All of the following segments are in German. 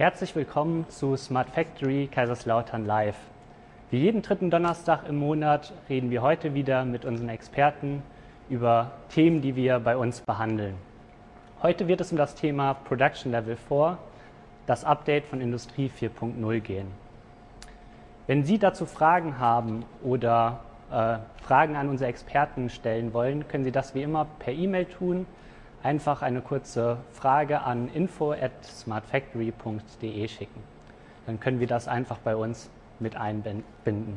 Herzlich willkommen zu Smart Factory Kaiserslautern Live. Wie jeden dritten Donnerstag im Monat reden wir heute wieder mit unseren Experten über Themen, die wir bei uns behandeln. Heute wird es um das Thema Production Level 4, das Update von Industrie 4.0 gehen. Wenn Sie dazu Fragen haben oder Fragen an unsere Experten stellen wollen, können Sie das wie immer per E-Mail tun. Einfach eine kurze Frage an info@smartfactory.de schicken. Dann können wir das einfach bei uns mit einbinden.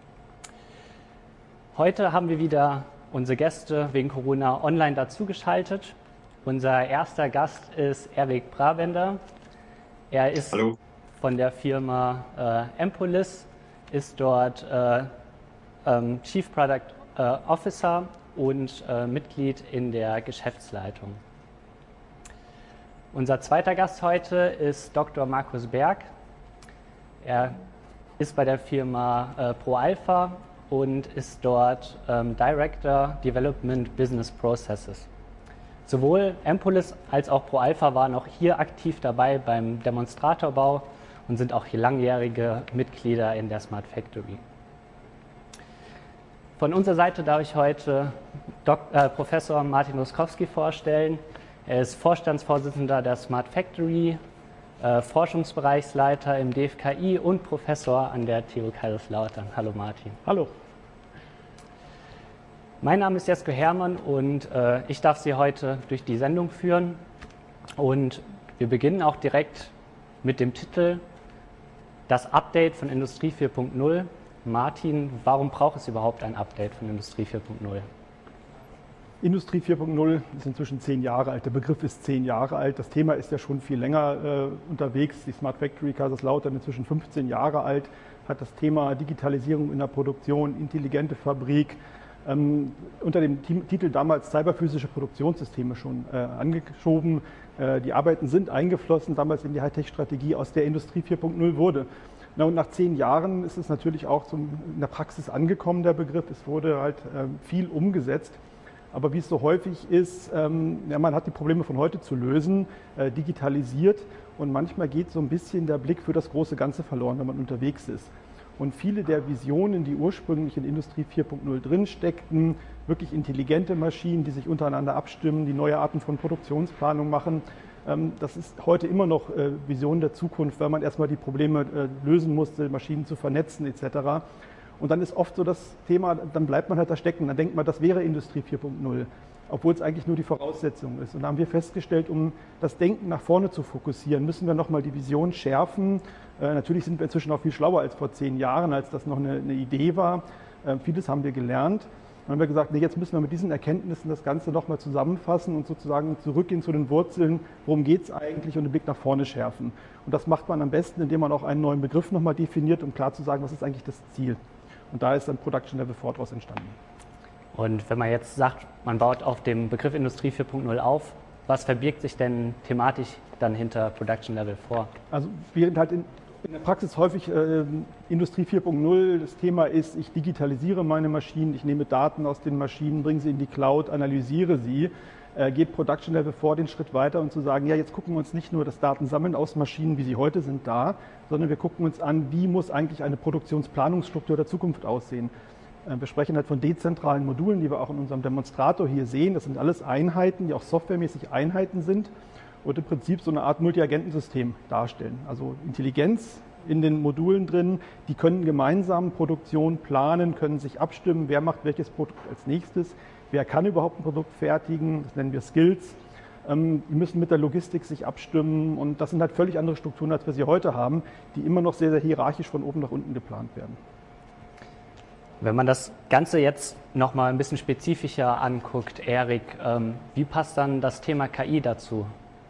Heute haben wir wieder unsere Gäste wegen Corona online dazugeschaltet. Unser erster Gast ist Erik Brabender. Er ist Hallo. Von der Firma Empolis, ist dort Chief Product Officer und Mitglied in der Geschäftsleitung. Unser zweiter Gast heute ist Dr. Markus Berg. Er ist bei der Firma ProAlpha und ist dort Director Development Business Processes. Sowohl Empolis als auch ProAlpha waren auch hier aktiv dabei beim Demonstratorbau und sind auch hier langjährige Mitglieder in der Smart Factory. Von unserer Seite darf ich heute Professor Martin Ruskowski vorstellen. Er ist Vorstandsvorsitzender der Smart Factory, Forschungsbereichsleiter im DFKI und Professor an der TU Kaiserslautern. Hallo Martin. Hallo. Mein Name ist Jesko Hermann und ich darf Sie heute durch die Sendung führen. Und wir beginnen auch direkt mit dem Titel Das Update von Industrie 4.0. Martin, warum braucht es überhaupt ein Update von Industrie 4.0? Industrie 4.0 ist inzwischen 10 Jahre alt. Der Begriff ist 10 Jahre alt. Das Thema ist ja schon viel länger unterwegs. Die Smart Factory Kaiserslautern inzwischen 15 Jahre alt, hat das Thema Digitalisierung in der Produktion, intelligente Fabrik unter dem Titel damals cyberphysische Produktionssysteme schon angeschoben. Die Arbeiten sind eingeflossen damals in die Hightech-Strategie, aus der Industrie 4.0 wurde. Na, und nach 10 Jahren ist es natürlich auch in der Praxis angekommen, der Begriff. Es wurde halt viel umgesetzt. Aber wie es so häufig ist, man hat die Probleme von heute zu lösen, digitalisiert. Und manchmal geht so ein bisschen der Blick für das große Ganze verloren, wenn man unterwegs ist. Und viele der Visionen, die ursprünglich in Industrie 4.0 drin steckten, wirklich intelligente Maschinen, die sich untereinander abstimmen, die neue Arten von Produktionsplanung machen, das ist heute immer noch Vision der Zukunft, weil man erstmal die Probleme lösen musste, Maschinen zu vernetzen etc. Und dann ist oft so das Thema, dann bleibt man halt da stecken, dann denkt man, das wäre Industrie 4.0, obwohl es eigentlich nur die Voraussetzung ist. Und da haben wir festgestellt, um das Denken nach vorne zu fokussieren, müssen wir nochmal die Vision schärfen. Natürlich sind wir inzwischen auch viel schlauer als vor 10 Jahren, als das noch eine Idee war. Vieles haben wir gelernt. Dann haben wir gesagt, nee, jetzt müssen wir mit diesen Erkenntnissen das Ganze nochmal zusammenfassen und sozusagen zurückgehen zu den Wurzeln, worum geht es eigentlich, und den Blick nach vorne schärfen. Und das macht man am besten, indem man auch einen neuen Begriff nochmal definiert, um klar zu sagen, was ist eigentlich das Ziel. Und da ist dann Production Level 4 daraus entstanden. Und wenn man jetzt sagt, man baut auf dem Begriff Industrie 4.0 auf, was verbirgt sich denn thematisch dann hinter Production Level 4? Also während halt in der Praxis häufig Industrie 4.0 das Thema ist, ich digitalisiere meine Maschinen, ich nehme Daten aus den Maschinen, bringe sie in die Cloud, analysiere sie, geht Production Level 4 den Schritt weiter und zu sagen, ja, jetzt gucken wir uns nicht nur das Datensammeln aus Maschinen, wie sie heute sind, da, sondern wir gucken uns an, wie muss eigentlich eine Produktionsplanungsstruktur der Zukunft aussehen. Wir sprechen halt von dezentralen Modulen, die wir auch in unserem Demonstrator hier sehen. Das sind alles Einheiten, die auch softwaremäßig Einheiten sind und im Prinzip so eine Art Multiagentensystem darstellen. Also Intelligenz in den Modulen drin, die können gemeinsam Produktion planen, können sich abstimmen, wer macht welches Produkt als nächstes, wer kann überhaupt ein Produkt fertigen, das nennen wir Skills. Die müssen mit der Logistik sich abstimmen und das sind halt völlig andere Strukturen, als wir sie heute haben, die immer noch sehr, sehr hierarchisch von oben nach unten geplant werden. Wenn man das Ganze jetzt nochmal ein bisschen spezifischer anguckt, Erik, wie passt dann das Thema KI dazu?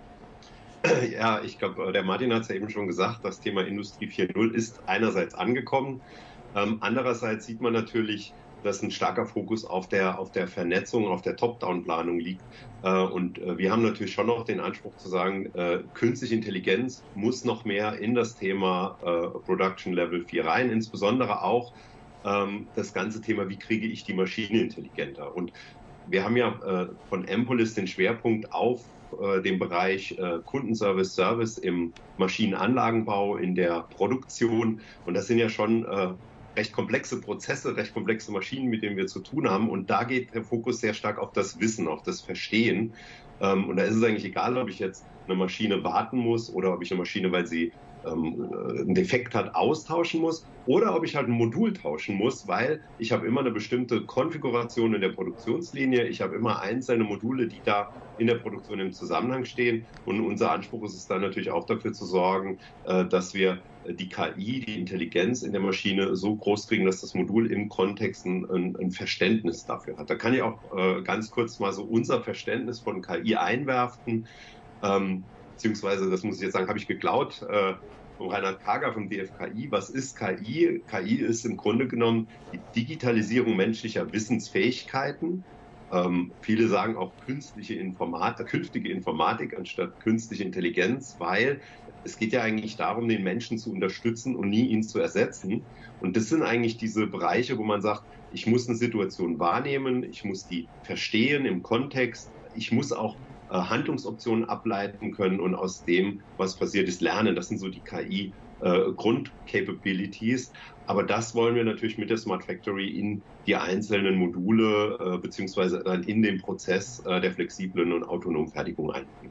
Ja, ich glaube, der Martin hat es ja eben schon gesagt, das Thema Industrie 4.0 ist einerseits angekommen. Andererseits sieht man natürlich, dass ein starker Fokus auf der Vernetzung, auf der Top-Down-Planung liegt. Und wir haben natürlich schon noch den Anspruch zu sagen, künstliche Intelligenz muss noch mehr in das Thema Production Level 4 rein, insbesondere auch das ganze Thema, wie kriege ich die Maschine intelligenter. Und wir haben ja von Ampolis den Schwerpunkt auf den Bereich Kundenservice, Service im Maschinenanlagenbau, in der Produktion. Und das sind ja schon recht komplexe Prozesse, recht komplexe Maschinen, mit denen wir zu tun haben. Und da geht der Fokus sehr stark auf das Wissen, auf das Verstehen. Und da ist es eigentlich egal, ob ich jetzt eine Maschine warten muss oder ob ich eine Maschine, weil sie einen Defekt hat, austauschen muss oder ob ich halt ein Modul tauschen muss, weil ich habe immer eine bestimmte Konfiguration in der Produktionslinie. Ich habe immer einzelne Module, die da in der Produktion im Zusammenhang stehen. Und unser Anspruch ist es dann natürlich auch dafür zu sorgen, dass wir die KI, die Intelligenz in der Maschine so groß kriegen, dass das Modul im Kontext ein Verständnis dafür hat. Da kann ich auch ganz kurz mal so unser Verständnis von KI einwerfen. Beziehungsweise, das muss ich jetzt sagen, habe ich geklaut von Reinhard Kager vom DFKI. Was ist KI? KI ist im Grunde genommen die Digitalisierung menschlicher Wissensfähigkeiten. Viele sagen auch künftige Informatik anstatt künstliche Intelligenz, weil es geht ja eigentlich darum, den Menschen zu unterstützen und nie ihn zu ersetzen. Und das sind eigentlich diese Bereiche, wo man sagt, ich muss eine Situation wahrnehmen, ich muss die verstehen im Kontext, ich muss auch Handlungsoptionen ableiten können und aus dem, was passiert ist, lernen. Das sind so die KI-Grundcapabilities. Aber das wollen wir natürlich mit der Smart Factory in die einzelnen Module beziehungsweise dann in den Prozess der flexiblen und autonomen Fertigung einbringen.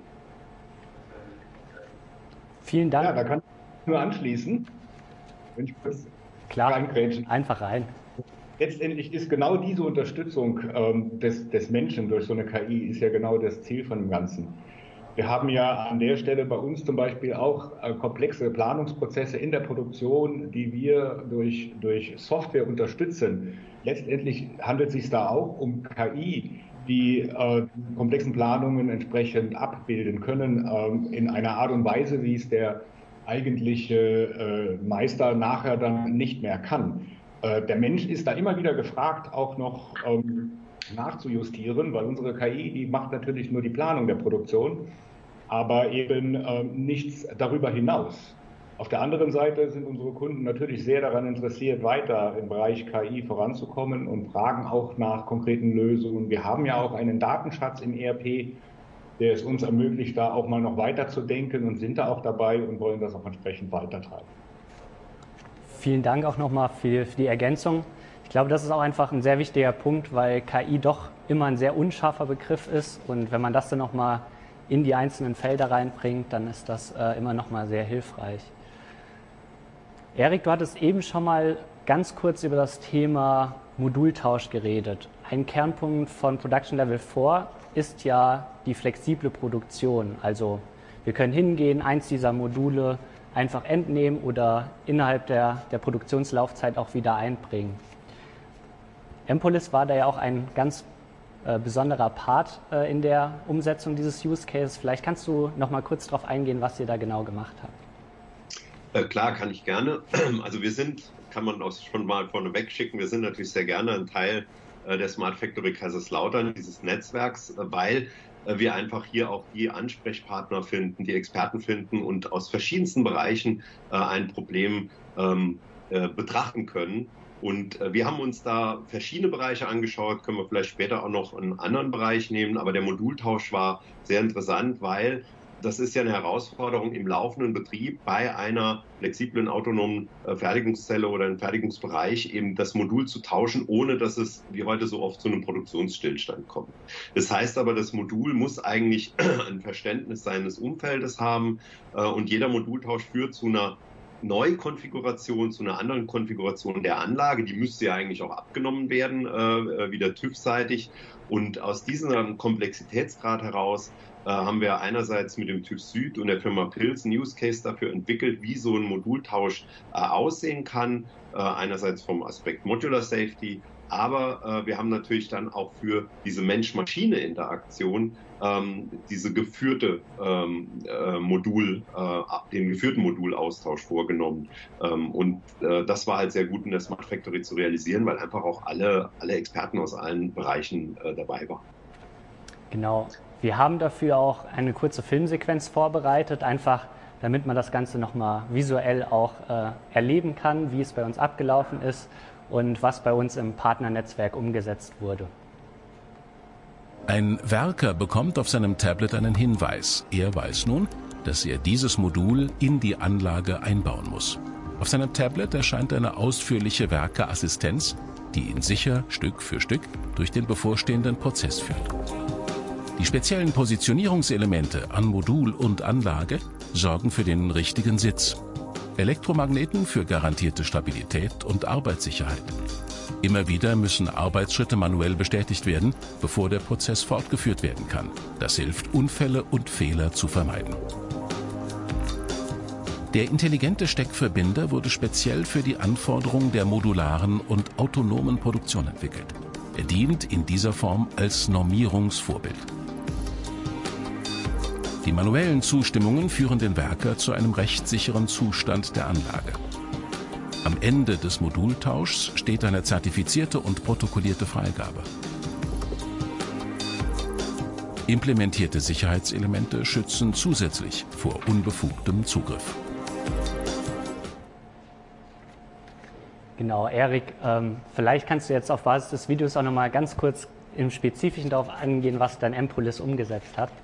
Vielen Dank. Ja, da kann ich nur anschließen, wenn ich kurz reingrätschen. Einfach rein. Letztendlich ist genau diese Unterstützung des Menschen durch so eine KI ist ja genau das Ziel von dem Ganzen. Wir haben ja an der Stelle bei uns zum Beispiel auch komplexe Planungsprozesse in der Produktion, die wir durch Software unterstützen. Letztendlich handelt es sich da auch um KI, die komplexen Planungen entsprechend abbilden können in einer Art und Weise, wie es der eigentliche Meister nachher dann nicht mehr kann. Der Mensch ist da immer wieder gefragt, auch noch nachzujustieren, weil unsere KI, die macht natürlich nur die Planung der Produktion, aber eben nichts darüber hinaus. Auf der anderen Seite sind unsere Kunden natürlich sehr daran interessiert, weiter im Bereich KI voranzukommen und fragen auch nach konkreten Lösungen. Wir haben ja auch einen Datenschatz im ERP, der es uns ermöglicht, da auch mal noch weiter zu denken und sind da auch dabei und wollen das auch entsprechend weitertreiben. Vielen Dank auch nochmal für die Ergänzung. Ich glaube, das ist auch einfach ein sehr wichtiger Punkt, weil KI doch immer ein sehr unscharfer Begriff ist. Und wenn man das dann nochmal in die einzelnen Felder reinbringt, dann ist das immer nochmal sehr hilfreich. Erik, du hattest eben schon mal ganz kurz über das Thema Modultausch geredet. Ein Kernpunkt von Production Level 4 ist ja die flexible Produktion. Also wir können hingehen, eins dieser Module einfach entnehmen oder innerhalb der Produktionslaufzeit auch wieder einbringen. Ampolis war da ja auch ein ganz besonderer Part in der Umsetzung dieses Use Cases. Vielleicht kannst du noch mal kurz darauf eingehen, was ihr da genau gemacht habt. Klar, kann ich gerne. Also wir sind, kann man auch schon mal vorneweg schicken, wir sind natürlich sehr gerne ein Teil der Smart Factory Kaiserslautern, dieses Netzwerks, weil wir einfach hier auch die Ansprechpartner finden, die Experten finden und aus verschiedensten Bereichen ein Problem betrachten können. Und wir haben uns da verschiedene Bereiche angeschaut, können wir vielleicht später auch noch einen anderen Bereich nehmen, aber der Modultausch war sehr interessant, weil das ist ja eine Herausforderung im laufenden Betrieb bei einer flexiblen autonomen Fertigungszelle oder einem Fertigungsbereich eben das Modul zu tauschen, ohne dass es wie heute so oft zu einem Produktionsstillstand kommt. Das heißt aber, das Modul muss eigentlich ein Verständnis seines Umfeldes haben und jeder Modultausch führt zu einer Neukonfiguration, zu einer anderen Konfiguration der Anlage. Die müsste ja eigentlich auch abgenommen werden, wieder TÜV-seitig. Und aus diesem Komplexitätsgrad heraus haben wir einerseits mit dem TÜV Süd und der Firma Pils einen Use Case dafür entwickelt, wie so ein Modultausch aussehen kann. Einerseits vom Aspekt Modular Safety, aber wir haben natürlich dann auch für diese Mensch-Maschine-Interaktion diese geführte den geführten Modulaustausch vorgenommen. Und das war halt sehr gut in der Smart Factory zu realisieren, weil einfach auch alle Experten aus allen Bereichen dabei waren. Genau. Wir haben dafür auch eine kurze Filmsequenz vorbereitet, einfach damit man das Ganze nochmal visuell auch erleben kann, wie es bei uns abgelaufen ist und was bei uns im Partnernetzwerk umgesetzt wurde. Ein Werker bekommt auf seinem Tablet einen Hinweis. Er weiß nun, dass er dieses Modul in die Anlage einbauen muss. Auf seinem Tablet erscheint eine ausführliche Werkerassistenz, die ihn sicher Stück für Stück durch den bevorstehenden Prozess führt. Die speziellen Positionierungselemente an Modul und Anlage sorgen für den richtigen Sitz. Elektromagneten für garantierte Stabilität und Arbeitssicherheit. Immer wieder müssen Arbeitsschritte manuell bestätigt werden, bevor der Prozess fortgeführt werden kann. Das hilft, Unfälle und Fehler zu vermeiden. Der intelligente Steckverbinder wurde speziell für die Anforderungen der modularen und autonomen Produktion entwickelt. Er dient in dieser Form als Normierungsvorbild. Die manuellen Zustimmungen führen den Werker zu einem rechtssicheren Zustand der Anlage. Am Ende des Modultauschs steht eine zertifizierte und protokollierte Freigabe. Implementierte Sicherheitselemente schützen zusätzlich vor unbefugtem Zugriff. Genau, Erik, vielleicht kannst du jetzt auf Basis des Videos auch noch mal ganz kurz im Spezifischen darauf eingehen, was dein Empolis umgesetzt hat.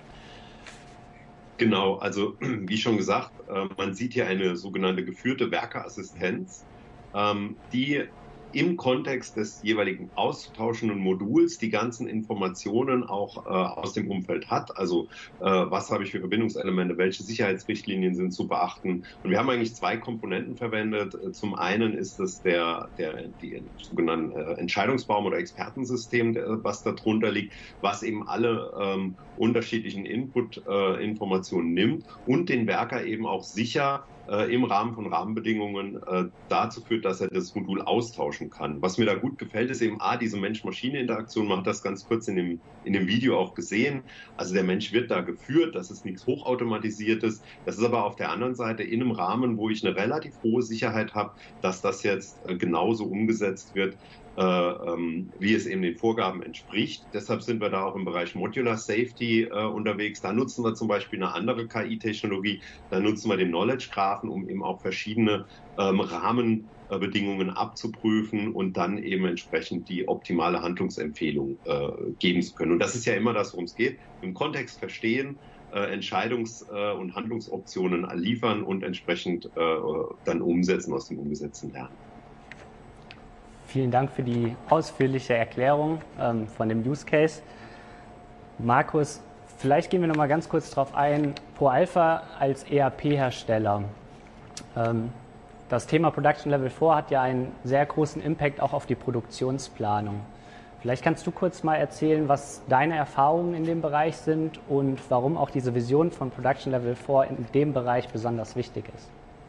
Genau, also wie schon gesagt, man sieht hier eine sogenannte geführte Werkerassistenz, die im Kontext des jeweiligen auszutauschenden Moduls die ganzen Informationen auch aus dem Umfeld hat. Also was habe ich für Verbindungselemente, welche Sicherheitsrichtlinien sind zu beachten. Und wir haben eigentlich zwei Komponenten verwendet. Zum einen ist es die sogenannten Entscheidungsbaum oder Expertensystem, was darunter liegt, was eben alle unterschiedlichen Input-Informationen nimmt und den Werker eben auch sicher im Rahmen von Rahmenbedingungen dazu führt, dass er das Modul austauschen kann. Was mir da gut gefällt, ist eben diese Mensch-Maschine-Interaktion. Man hat das ganz kurz in dem Video auch gesehen. Also der Mensch wird da geführt, das ist nichts Hochautomatisiertes. Das ist aber auf der anderen Seite in einem Rahmen, wo ich eine relativ hohe Sicherheit habe, dass das jetzt genauso umgesetzt wird, wie es eben den Vorgaben entspricht. Deshalb sind wir da auch im Bereich Modular Safety unterwegs. Da nutzen wir zum Beispiel eine andere KI-Technologie. Da nutzen wir den Knowledge Graphen, um eben auch verschiedene Rahmenbedingungen abzuprüfen und dann eben entsprechend die optimale Handlungsempfehlung geben zu können. Und das ist ja immer das, worum es geht. Im Kontext verstehen, Entscheidungs- und Handlungsoptionen liefern und entsprechend dann umsetzen, aus dem Umgesetzten lernen. Vielen Dank für die ausführliche Erklärung von dem Use Case. Markus, vielleicht gehen wir noch mal ganz kurz darauf ein, ProAlpha als ERP-Hersteller. Das Thema Production Level 4 hat ja einen sehr großen Impact auch auf die Produktionsplanung. Vielleicht kannst du kurz mal erzählen, was deine Erfahrungen in dem Bereich sind und warum auch diese Vision von Production Level 4 in dem Bereich besonders wichtig ist.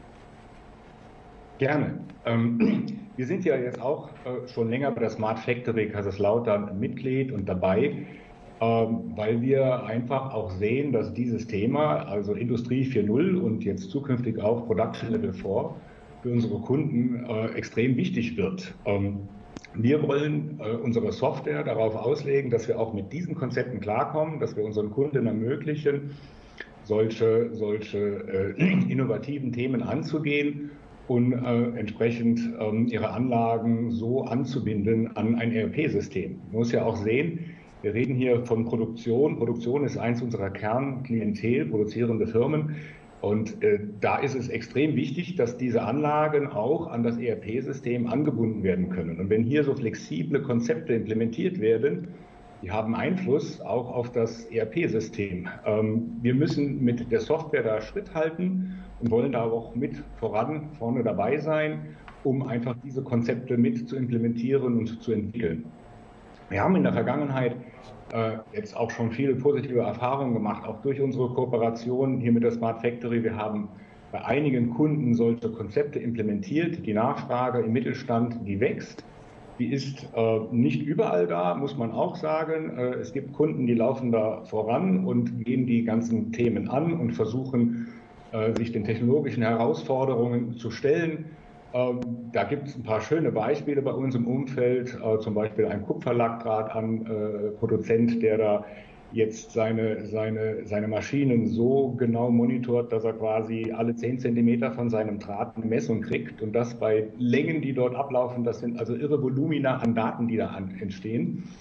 Gerne. Wir sind ja jetzt auch schon länger bei der Smart Factory Kaiserslautern Mitglied und dabei, weil wir einfach auch sehen, dass dieses Thema, also Industrie 4.0 und jetzt zukünftig auch Production Level 4, für unsere Kunden extrem wichtig wird. Wir wollen unsere Software darauf auslegen, dass wir auch mit diesen Konzepten klarkommen, dass wir unseren Kunden ermöglichen, solche innovativen Themen anzugehen und entsprechend ihre Anlagen so anzubinden an ein ERP-System. Man muss ja auch sehen, wir reden hier von Produktion. Produktion ist eins unserer Kernklientel, produzierende Firmen. Und da ist es extrem wichtig, dass diese Anlagen auch an das ERP-System angebunden werden können. Und wenn hier so flexible Konzepte implementiert werden, die haben Einfluss auch auf das ERP-System. Wir müssen mit der Software da Schritt halten und wollen da auch mit vorne dabei sein, um einfach diese Konzepte mit zu implementieren und zu entwickeln. Wir haben in der Vergangenheit jetzt auch schon viele positive Erfahrungen gemacht, auch durch unsere Kooperation hier mit der Smart Factory. Wir haben bei einigen Kunden solche Konzepte implementiert. Die Nachfrage im Mittelstand, die wächst. Die ist nicht überall da, muss man auch sagen. Es gibt Kunden, die laufen da voran und gehen die ganzen Themen an und versuchen, sich den technologischen Herausforderungen zu stellen. Da gibt es ein paar schöne Beispiele bei uns im Umfeld, zum Beispiel ein Kupferlackdraht-Produzent, der da jetzt seine Maschinen so genau monitort, dass er quasi alle 10 Zentimeter von seinem Draht eine Messung kriegt und das bei Längen, die dort ablaufen, das sind also irre Volumina an Daten, die da entstehen.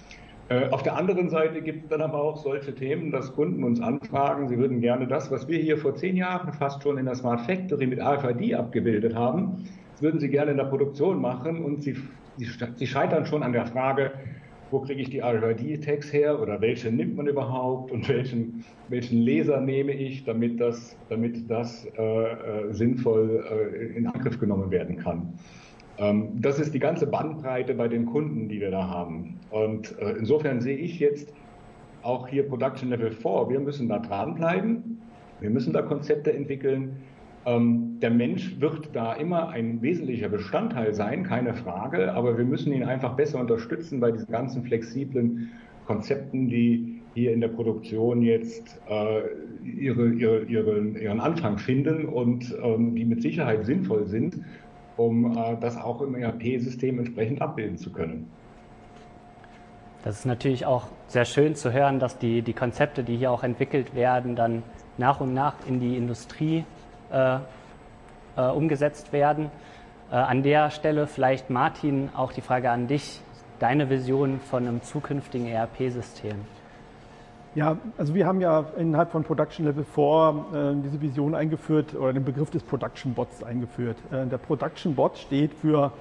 Auf der anderen Seite gibt es dann aber auch solche Themen, dass Kunden uns anfragen, sie würden gerne das, was wir hier vor 10 Jahren fast schon in der Smart Factory mit RFID abgebildet haben, das würden sie gerne in der Produktion machen und sie scheitern schon an der Frage, wo kriege ich die RFID-Tags her oder welche nimmt man überhaupt und welchen Laser nehme ich, damit das sinnvoll in Angriff genommen werden kann. Das ist die ganze Bandbreite bei den Kunden, die wir da haben. Und insofern sehe ich jetzt auch hier Production Level 4, wir müssen da dranbleiben, wir müssen da Konzepte entwickeln. Der Mensch wird da immer ein wesentlicher Bestandteil sein, keine Frage, aber wir müssen ihn einfach besser unterstützen bei diesen ganzen flexiblen Konzepten, die hier in der Produktion jetzt ihren Anfang finden und die mit Sicherheit sinnvoll sind, um das auch im ERP-System entsprechend abbilden zu können. Das ist natürlich auch sehr schön zu hören, dass die Konzepte, die hier auch entwickelt werden, dann nach und nach in die Industrie umgesetzt werden. An der Stelle vielleicht, Martin, auch die Frage an dich, deine Vision von einem zukünftigen ERP-System. Ja, also wir haben ja innerhalb von Production Level 4 diese Vision eingeführt oder den Begriff des Production Bots eingeführt. Der Production Bot steht für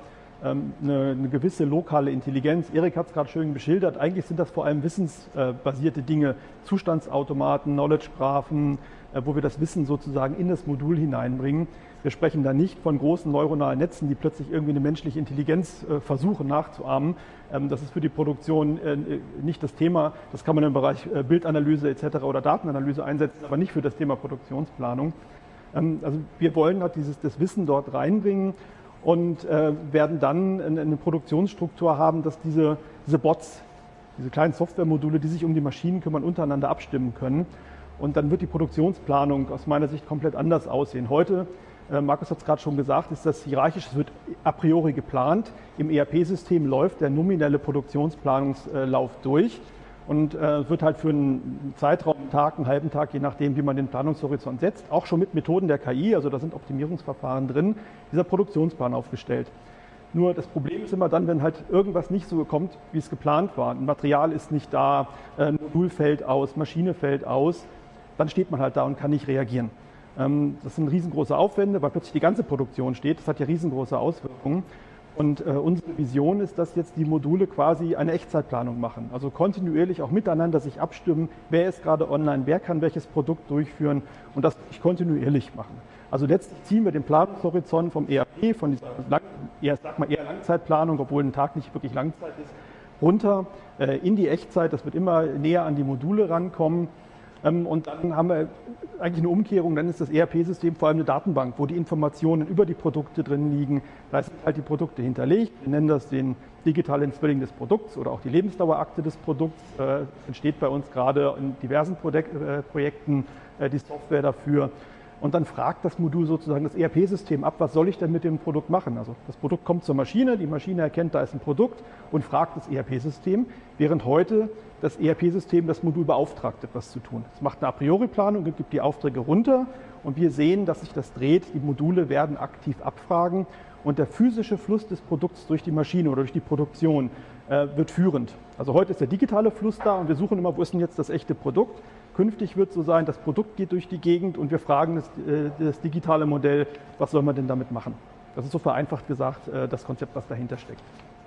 eine gewisse lokale Intelligenz. Erik hat es gerade schön beschildert. Eigentlich sind das vor allem wissensbasierte Dinge, Zustandsautomaten, Knowledge-Graphen, wo wir das Wissen sozusagen in das Modul hineinbringen. Wir sprechen da nicht von großen neuronalen Netzen, die plötzlich irgendwie eine menschliche Intelligenz versuchen nachzuahmen. Das ist für die Produktion nicht das Thema. Das kann man im Bereich Bildanalyse etc. oder Datenanalyse einsetzen, aber nicht für das Thema Produktionsplanung. Also wir wollen halt das Wissen dort reinbringen und werden dann eine Produktionsstruktur haben, dass diese Bots, diese kleinen Softwaremodule, die sich um die Maschinen kümmern, untereinander abstimmen können. Und dann wird die Produktionsplanung aus meiner Sicht komplett anders aussehen. Heute, Markus hat es gerade schon gesagt, ist das hierarchisch, es wird a priori geplant. Im ERP-System läuft der nominelle Produktionsplanungslauf durch und wird halt für einen Zeitraum, einen Tag, einen halben Tag, je nachdem, wie man den Planungshorizont setzt, auch schon mit Methoden der KI, also da sind Optimierungsverfahren drin, dieser Produktionsplan aufgestellt. Nur das Problem ist immer dann, wenn halt irgendwas nicht so kommt, wie es geplant war. Ein Material ist nicht da, ein Modul fällt aus, Maschine fällt aus, dann steht man halt da und kann nicht reagieren. Das sind riesengroße Aufwände, weil plötzlich die ganze Produktion steht. Das hat ja riesengroße Auswirkungen. Und unsere Vision ist, dass jetzt die Module quasi eine Echtzeitplanung machen. Also kontinuierlich auch miteinander sich abstimmen, wer ist gerade online, wer kann welches Produkt durchführen und das kontinuierlich machen. Also letztlich ziehen wir den Planungshorizont vom ERP, von dieser eher Langzeitplanung, obwohl ein Tag nicht wirklich Langzeit ist, runter in die Echtzeit. Das wird immer näher an die Module rankommen. Und dann haben wir eigentlich eine Umkehrung, dann ist das ERP-System vor allem eine Datenbank, wo die Informationen über die Produkte drin liegen. Da sind halt die Produkte hinterlegt. Wir nennen das den digitalen Zwilling des Produkts oder auch die Lebensdauerakte des Produkts. Entsteht bei uns gerade in diversen Projekten die Software dafür. Und dann fragt das Modul sozusagen das ERP-System ab, was soll ich denn mit dem Produkt machen? Also das Produkt kommt zur Maschine, die Maschine erkennt, da ist ein Produkt und fragt das ERP-System, während heute das ERP-System das Modul beauftragt, etwas zu tun. Es macht eine A-priori-Planung und gibt die Aufträge runter und wir sehen, dass sich das dreht, die Module werden aktiv abfragen und der physische Fluss des Produkts durch die Maschine oder durch die Produktion wird führend. Also heute ist der digitale Fluss da und wir suchen immer, wo ist denn jetzt das echte Produkt? Künftig wird es so sein, das Produkt geht durch die Gegend und wir fragen das digitale Modell, was soll man denn damit machen? Das ist so vereinfacht gesagt das Konzept, was dahinter steckt.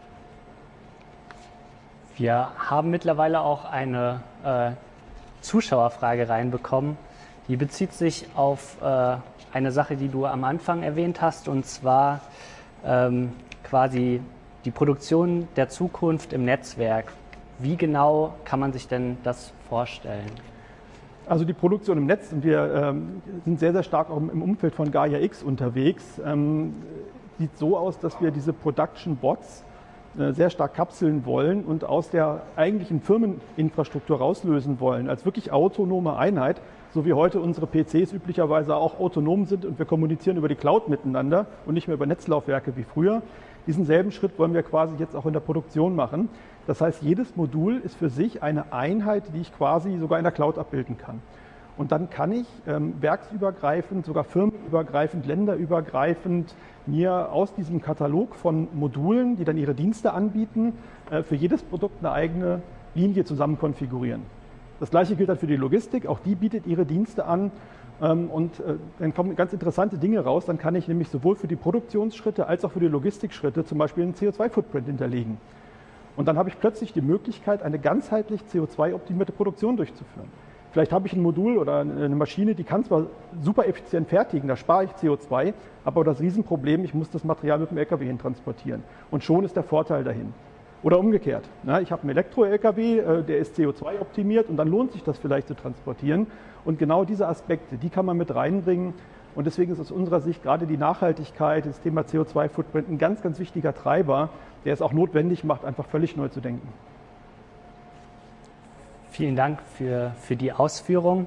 Wir haben mittlerweile auch eine Zuschauerfrage reinbekommen. Die bezieht sich auf eine Sache, die du am Anfang erwähnt hast, und zwar quasi die Produktion der Zukunft im Netzwerk. Wie genau kann man sich denn das vorstellen? Also die Produktion im Netz, und wir sind sehr, sehr stark auch im Umfeld von Gaia X unterwegs, sieht so aus, dass wir diese Production Bots sehr stark kapseln wollen und aus der eigentlichen Firmeninfrastruktur rauslösen wollen, als wirklich autonome Einheit, so wie heute unsere PCs üblicherweise auch autonom sind und wir kommunizieren über die Cloud miteinander und nicht mehr über Netzlaufwerke wie früher. Diesen selben Schritt wollen wir quasi jetzt auch in der Produktion machen. Das heißt, jedes Modul ist für sich eine Einheit, die ich quasi sogar in der Cloud abbilden kann. Und dann kann ich werksübergreifend, sogar firmenübergreifend, länderübergreifend mir aus diesem Katalog von Modulen, die dann ihre Dienste anbieten, für jedes Produkt eine eigene Linie zusammen konfigurieren. Das gleiche gilt dann für die Logistik, auch die bietet ihre Dienste an. Dann kommen ganz interessante Dinge raus. Dann kann ich nämlich sowohl für die Produktionsschritte als auch für die Logistikschritte zum Beispiel einen CO2-Footprint hinterlegen. Und dann habe ich plötzlich die Möglichkeit, eine ganzheitlich CO2-optimierte Produktion durchzuführen. Vielleicht habe ich ein Modul oder eine Maschine, die kann zwar super effizient fertigen, da spare ich CO2, aber das Riesenproblem, ich muss das Material mit dem LKW hin transportieren. Und schon ist der Vorteil dahin. Oder umgekehrt. Ich habe einen Elektro-LKW, der ist CO2-optimiert und dann lohnt sich das vielleicht zu transportieren. Und genau diese Aspekte, die kann man mit reinbringen. Und deswegen ist aus unserer Sicht gerade die Nachhaltigkeit, das Thema CO2-Footprint ein ganz, ganz wichtiger Treiber, der es auch notwendig macht, einfach völlig neu zu denken. Vielen Dank für die Ausführung.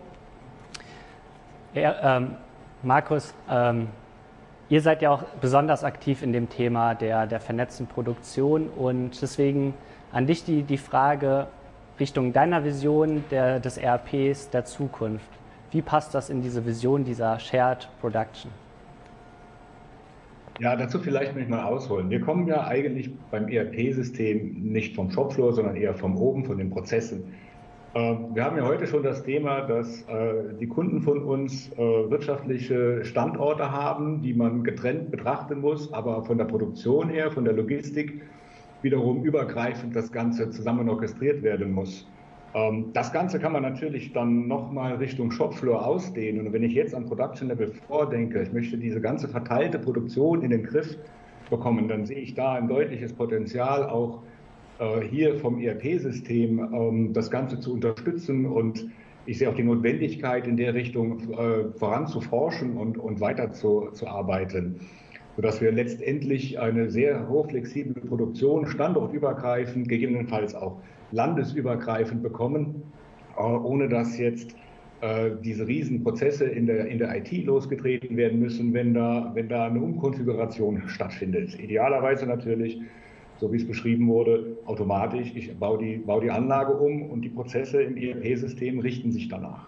Markus, ihr seid ja auch besonders aktiv in dem Thema der vernetzten Produktion und deswegen an dich die Frage Richtung deiner Vision des ERPs der Zukunft. Wie passt das in diese Vision dieser Shared Production? Ja, dazu vielleicht möchte ich mal ausholen. Wir kommen ja eigentlich beim ERP-System nicht vom Shopfloor, sondern eher von oben, von den Prozessen. Wir haben ja heute schon das Thema, dass die Kunden von uns wirtschaftliche Standorte haben, die man getrennt betrachten muss, aber von der Produktion her, von der Logistik wiederum übergreifend das Ganze zusammen orchestriert werden muss. Das Ganze kann man natürlich dann nochmal Richtung Shopfloor ausdehnen. Und wenn ich jetzt an Production Level vordenke, ich möchte diese ganze verteilte Produktion in den Griff bekommen, dann sehe ich da ein deutliches Potenzial, auch hier vom ERP-System das Ganze zu unterstützen. Und ich sehe auch die Notwendigkeit, in der Richtung voranzuforschen und weiter zu arbeiten, sodass wir letztendlich eine sehr hochflexible Produktion, standortübergreifend, gegebenenfalls auch landesübergreifend bekommen, ohne dass jetzt diese Riesenprozesse in der IT losgetreten werden müssen, wenn da eine Umkonfiguration stattfindet. Idealerweise natürlich, so wie es beschrieben wurde, automatisch. Ich baue die Anlage um und die Prozesse im ERP-System richten sich danach.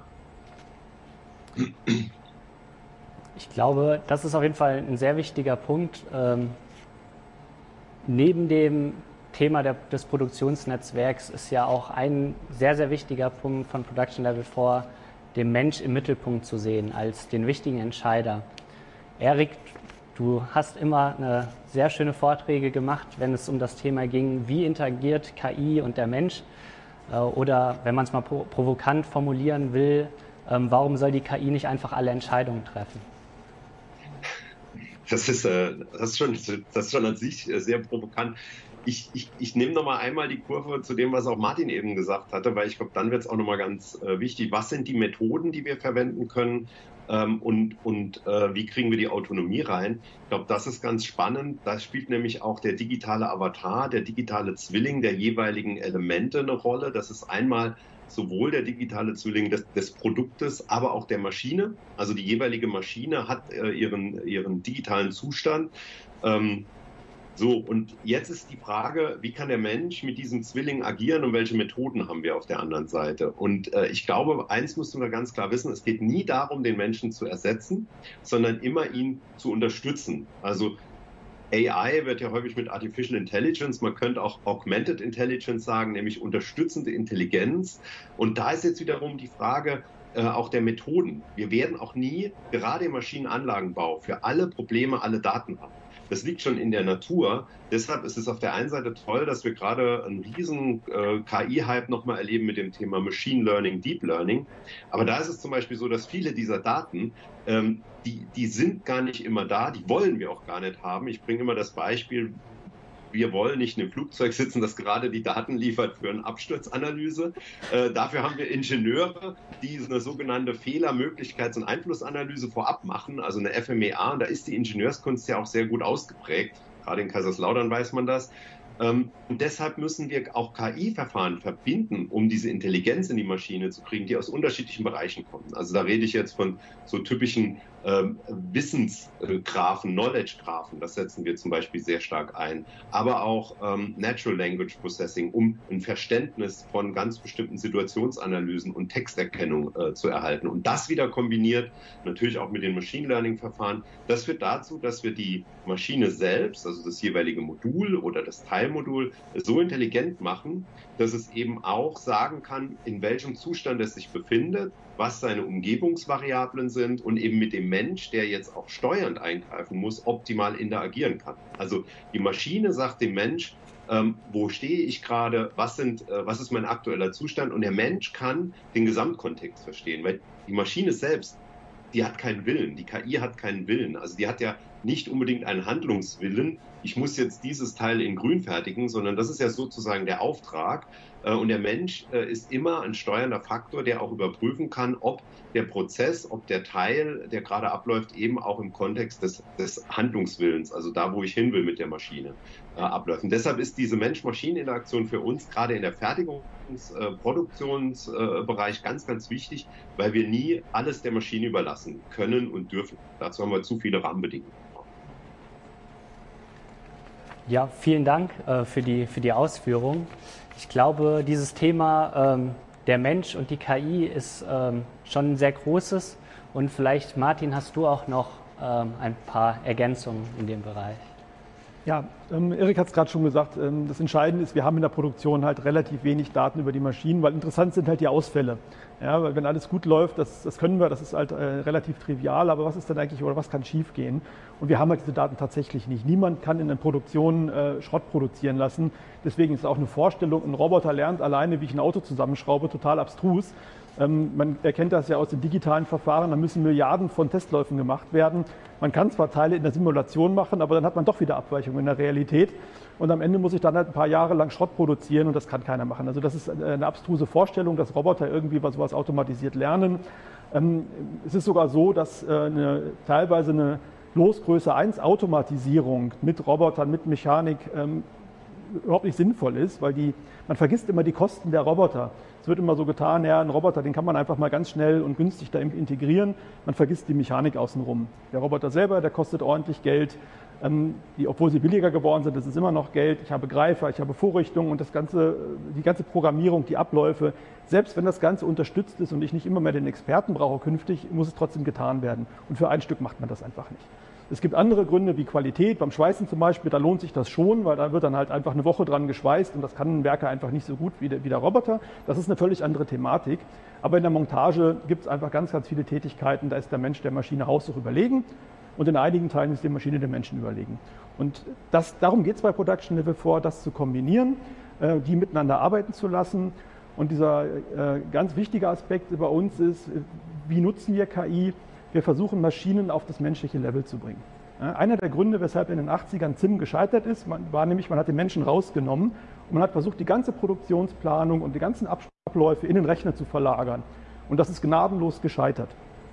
Ich glaube, das ist auf jeden Fall ein sehr wichtiger Punkt. Neben dem Thema des Produktionsnetzwerks ist ja auch ein sehr, sehr wichtiger Punkt von Production Level 4, den Mensch im Mittelpunkt zu sehen, als den wichtigen Entscheider. Erik, du hast immer sehr schöne Vorträge gemacht, wenn es um das Thema ging, wie interagiert KI und der Mensch? Oder wenn man es mal provokant formulieren will, warum soll die KI nicht einfach alle Entscheidungen treffen? Das ist schon an sich sehr provokant. Ich nehme noch mal einmal die Kurve zu dem, was auch Martin eben gesagt hatte, weil ich glaube, dann wird es auch noch mal ganz wichtig. Was sind die Methoden, die wir verwenden können und wie kriegen wir die Autonomie rein? Ich glaube, das ist ganz spannend. Da spielt nämlich auch der digitale Avatar, der digitale Zwilling der jeweiligen Elemente eine Rolle. Das ist einmal sowohl der digitale Zwilling des Produktes, aber auch der Maschine. Also die jeweilige Maschine hat ihren digitalen Zustand. Und jetzt ist die Frage, wie kann der Mensch mit diesem Zwilling agieren und welche Methoden haben wir auf der anderen Seite? Und ich glaube, eins müssen wir ganz klar wissen, es geht nie darum, den Menschen zu ersetzen, sondern immer ihn zu unterstützen. Also AI wird ja häufig mit Artificial Intelligence, man könnte auch Augmented Intelligence sagen, nämlich unterstützende Intelligenz. Und da ist jetzt wiederum die Frage auch der Methoden. Wir werden auch nie, gerade im Maschinenanlagenbau, für alle Probleme alle Daten haben. Das liegt schon in der Natur. Deshalb ist es auf der einen Seite toll, dass wir gerade einen riesen KI-Hype nochmal erleben mit dem Thema Machine Learning, Deep Learning. Aber da ist es zum Beispiel so, dass viele dieser Daten, die sind gar nicht immer da, die wollen wir auch gar nicht haben. Ich bringe immer das Beispiel, wir wollen nicht in einem Flugzeug sitzen, das gerade die Daten liefert für eine Absturzanalyse. Dafür haben wir Ingenieure, die eine sogenannte Fehlermöglichkeits- und Einflussanalyse vorab machen, also eine FMEA. Und da ist die Ingenieurskunst ja auch sehr gut ausgeprägt. Gerade in Kaiserslautern weiß man das. Und deshalb müssen wir auch KI-Verfahren verbinden, um diese Intelligenz in die Maschine zu kriegen, die aus unterschiedlichen Bereichen kommen. Also da rede ich jetzt von so typischen Wissensgraphen, Knowledge-Graphen, das setzen wir zum Beispiel sehr stark ein, aber auch Natural Language Processing, um ein Verständnis von ganz bestimmten Situationsanalysen und Texterkennung zu erhalten. Und das wieder kombiniert, natürlich auch mit den Machine Learning-Verfahren, das führt dazu, dass wir die Maschine selbst, also das jeweilige Modul oder das Teilmodul, so intelligent machen, dass es eben auch sagen kann, in welchem Zustand es sich befindet, was seine Umgebungsvariablen sind und eben mit dem Mensch, der jetzt auch steuernd eingreifen muss, optimal interagieren kann. Also die Maschine sagt dem Mensch, wo stehe ich gerade, was ist mein aktueller Zustand, und der Mensch kann den Gesamtkontext verstehen, weil die Maschine selbst, die hat keinen Willen, die KI hat keinen Willen, also die hat ja nicht unbedingt einen Handlungswillen, ich muss jetzt dieses Teil in grün fertigen, sondern das ist ja sozusagen der Auftrag. Und der Mensch ist immer ein steuernder Faktor, der auch überprüfen kann, ob der Prozess, ob der Teil, der gerade abläuft, eben auch im Kontext des Handlungswillens, also da, wo ich hin will mit der Maschine, abläuft. Und deshalb ist diese Mensch-Maschinen-Interaktion für uns gerade in der Produktionsbereich ganz, ganz wichtig, weil wir nie alles der Maschine überlassen können und dürfen. Dazu haben wir zu viele Rahmenbedingungen. Ja, vielen Dank für die Ausführung. Ich glaube, dieses Thema der Mensch und die KI ist schon ein sehr großes. Und vielleicht, Martin, hast du auch noch ein paar Ergänzungen in dem Bereich? Ja, Erik hat es gerade schon gesagt, das Entscheidende ist, wir haben in der Produktion halt relativ wenig Daten über die Maschinen, weil interessant sind halt die Ausfälle. Ja, weil wenn alles gut läuft, das können wir, das ist halt relativ trivial, aber was ist denn eigentlich, oder was kann schief gehen? Und wir haben halt diese Daten tatsächlich nicht. Niemand kann in der Produktion Schrott produzieren lassen. Deswegen ist auch eine Vorstellung, ein Roboter lernt alleine, wie ich ein Auto zusammenschraube, total abstrus. Man erkennt das ja aus den digitalen Verfahren, da müssen Milliarden von Testläufen gemacht werden. Man kann zwar Teile in der Simulation machen, aber dann hat man doch wieder Abweichungen in der Realität. Und am Ende muss ich dann halt ein paar Jahre lang Schrott produzieren und das kann keiner machen. Also das ist eine abstruse Vorstellung, dass Roboter irgendwie sowas automatisiert lernen. Es ist sogar so, dass teilweise eine Losgröße 1 Automatisierung mit Robotern, mit Mechanik überhaupt nicht sinnvoll ist, weil man vergisst immer die Kosten der Roboter. Es wird immer so getan, ja, ein Roboter, den kann man einfach mal ganz schnell und günstig da integrieren. Man vergisst die Mechanik außenrum. Der Roboter selber, der kostet ordentlich Geld. Obwohl sie billiger geworden sind, ist es immer noch Geld. Ich habe Greifer, ich habe Vorrichtungen und die ganze Programmierung, die Abläufe. Selbst wenn das Ganze unterstützt ist und ich nicht immer mehr den Experten brauche künftig, muss es trotzdem getan werden. Und für ein Stück macht man das einfach nicht. Es gibt andere Gründe wie Qualität, beim Schweißen zum Beispiel, da lohnt sich das schon, weil da wird dann halt einfach eine Woche dran geschweißt und das kann ein Werker einfach nicht so gut wie der Roboter. Das ist eine völlig andere Thematik. Aber in der Montage gibt es einfach ganz, ganz viele Tätigkeiten, da ist der Mensch der Maschine haushoch überlegen und in einigen Teilen ist die Maschine dem Menschen überlegen. Und darum geht es bei Production Level 4, das zu kombinieren, die miteinander arbeiten zu lassen. Und dieser ganz wichtige Aspekt bei uns ist, wie nutzen wir KI? Wir versuchen, Maschinen auf das menschliche Level zu bringen. Einer der Gründe, weshalb in den 80ern CIM gescheitert ist, war nämlich, man hat den Menschen rausgenommen und man hat versucht, die ganze Produktionsplanung und die ganzen Abläufe in den Rechner zu verlagern. Und das ist gnadenlos gescheitert.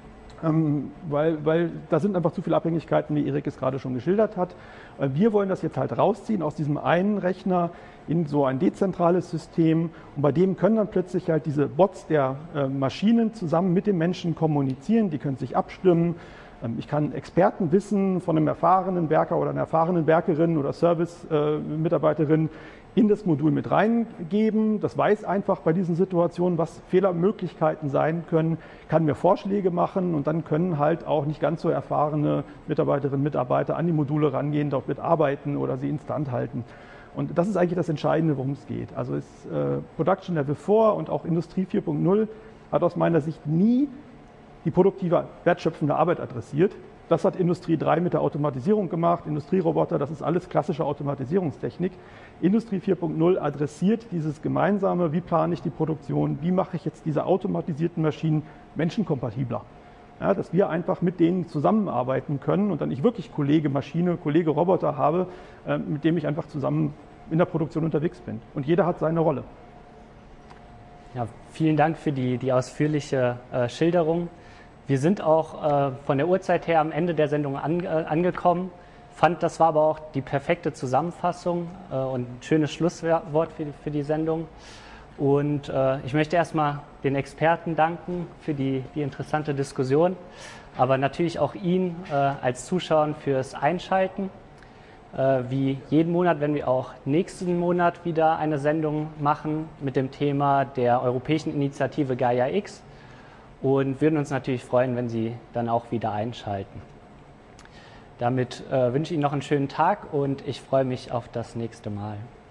Weil da sind einfach zu viele Abhängigkeiten, wie Erik es gerade schon geschildert hat. Wir wollen das jetzt halt rausziehen aus diesem einen Rechner in so ein dezentrales System und bei dem können dann plötzlich halt diese Bots der Maschinen zusammen mit den Menschen kommunizieren, die können sich abstimmen. Ich kann Expertenwissen von einem erfahrenen Werker oder einer erfahrenen Werkerin oder Service-Mitarbeiterin in das Modul mit reingeben. Das weiß einfach bei diesen Situationen, was Fehlermöglichkeiten sein können, kann mir Vorschläge machen und dann können halt auch nicht ganz so erfahrene Mitarbeiterinnen und Mitarbeiter an die Module rangehen, dort mitarbeiten oder sie instand halten. Und das ist eigentlich das Entscheidende, worum es geht. Also ist Production Level 4 und auch Industrie 4.0 hat aus meiner Sicht nie die produktive, wertschöpfende Arbeit adressiert. Das hat Industrie 3 mit der Automatisierung gemacht, Industrieroboter, das ist alles klassische Automatisierungstechnik. Industrie 4.0 adressiert dieses Gemeinsame, wie plane ich die Produktion, wie mache ich jetzt diese automatisierten Maschinen menschenkompatibler. Ja, dass wir einfach mit denen zusammenarbeiten können und dann ich wirklich Kollege Maschine, Kollege Roboter habe, mit dem ich einfach zusammen in der Produktion unterwegs bin. Und jeder hat seine Rolle. Ja, vielen Dank für die ausführliche Schilderung. Wir sind auch von der Uhrzeit her am Ende der Sendung angekommen. Fand, das war aber auch die perfekte Zusammenfassung und ein schönes Schlusswort für die Sendung. Und ich möchte erstmal den Experten danken für die interessante Diskussion. aber natürlich auch Ihnen als Zuschauern fürs Einschalten. Wie jeden Monat werden wir auch nächsten Monat wieder eine Sendung machen mit dem Thema der europäischen Initiative Gaia-X und würden uns natürlich freuen, wenn Sie dann auch wieder einschalten. Damit wünsche ich Ihnen noch einen schönen Tag und ich freue mich auf das nächste Mal.